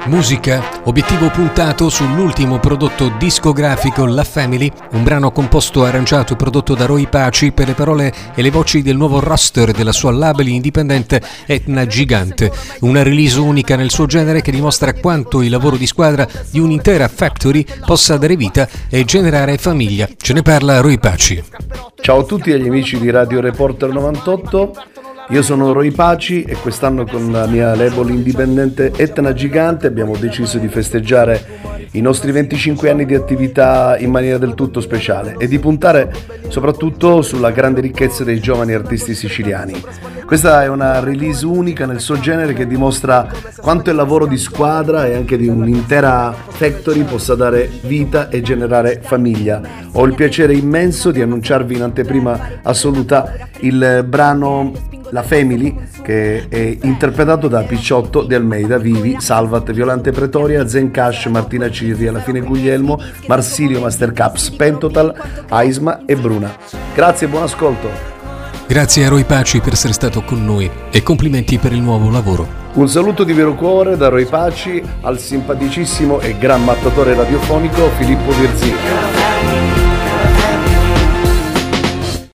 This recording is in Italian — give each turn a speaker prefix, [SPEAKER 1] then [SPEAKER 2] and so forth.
[SPEAKER 1] Musica, obiettivo puntato sull'ultimo prodotto discografico La Family, un brano composto, arrangiato e prodotto da Roy Paci per le parole e le voci del nuovo roster della sua label indipendente Etna Gigante, una release unica nel suo genere che dimostra quanto il lavoro di squadra di un'intera factory possa dare vita e generare famiglia. Ce ne parla Roy Paci.
[SPEAKER 2] Ciao a tutti agli amici di Radio Reporter 98. Io sono Roy Paci e quest'anno con la mia label indipendente Etna Gigante abbiamo deciso di festeggiare i nostri 25 anni di attività in maniera del tutto speciale e di puntare soprattutto sulla grande ricchezza dei giovani artisti siciliani. Questa è una release unica nel suo genere che dimostra quanto il lavoro di squadra e anche di un'intera factory possa dare vita e generare famiglia. Ho il piacere immenso di annunciarvi in anteprima assoluta il brano La Family, che è interpretato da Picciotto, De Almeida, Vivi, Salvat, Violante Pretoria, Zen Cash, Martina Cirri, Alla Fine Guglielmo, Marsilio, Master Caps, Pentotal, Aisma e Bruna. Grazie e buon ascolto.
[SPEAKER 1] Grazie a Roy Paci per essere stato con noi e complimenti per il nuovo lavoro.
[SPEAKER 2] Un saluto di vero cuore da Roy Paci al simpaticissimo e gran mattatore radiofonico Filippo Virzì.